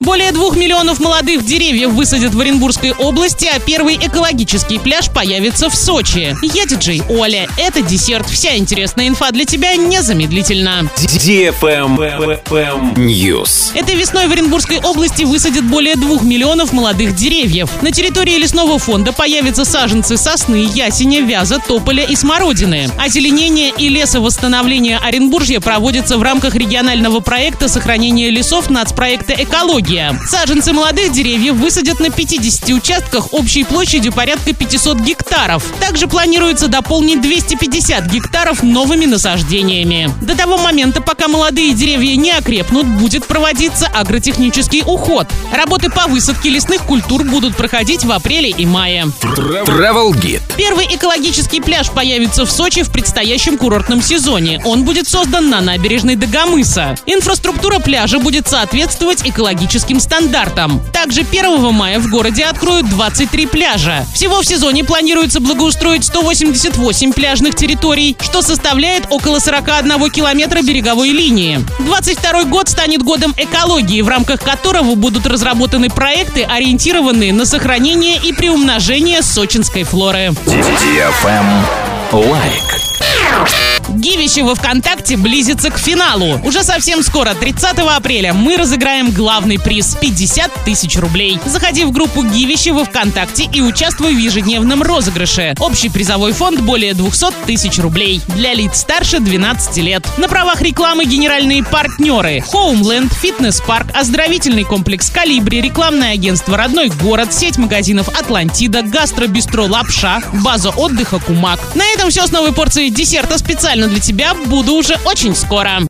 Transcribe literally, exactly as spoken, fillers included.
Более двух миллионов молодых деревьев высадят в Оренбургской области, а первый экологический пляж появится в Сочи. Я диджей Оля. Это десерт. Вся интересная инфа для тебя незамедлительно. News. Этой весной в Оренбургской области высадят более двух миллионов молодых деревьев. На территории лесного фонда появятся саженцы сосны, ясеня, вяза, тополя и смородины. Озеленение и лесовосстановление Оренбуржья проводится в рамках регионального проекта сохранения лесов нацпроекта «Экология». Саженцы молодых деревьев высадят на пятидесяти участках общей площадью порядка пятисот гектаров. Также планируется дополнить двести пятьдесят гектаров новыми насаждениями. До того момента, пока молодые деревья не окрепнут, будет проводиться агротехнический уход. Работы по высадке лесных культур будут проходить в апреле и мае. Travel Guide. Первый экологический пляж появится в Сочи в предстоящем курортном сезоне. Он будет создан на набережной Дагомыса. Инфраструктура пляжа будет соответствовать экологическим стандартам. Также первого мая в городе откроют двадцать три пляжа. Всего в сезоне планируется благоустроить сто восемьдесят восемь пляжных территорий, что составляет около сорок один километра береговой линии. двадцать второй год станет годом экологии, в рамках которого будут разработаны проекты, ориентированные на сохранение и приумножение сочинской флоры. Лайк. Гивище ВКонтакте близится к финалу. Уже совсем скоро, тридцатого апреля, мы разыграем главный приз – пятьдесят тысяч рублей. Заходи в группу Гивище ВКонтакте и участвуй в ежедневном розыгрыше. Общий призовой фонд более двухсот тысяч рублей. Для лиц старше двенадцати лет. На правах рекламы генеральные партнеры: Homeland, фитнес-парк, оздоровительный комплекс Колибри, рекламное агентство «Родной город», сеть магазинов «Атлантида», гастробистро «Лапша», база отдыха «Кумак». На этом все с новой порцией десерта специально для тебя. Буду уже очень скоро.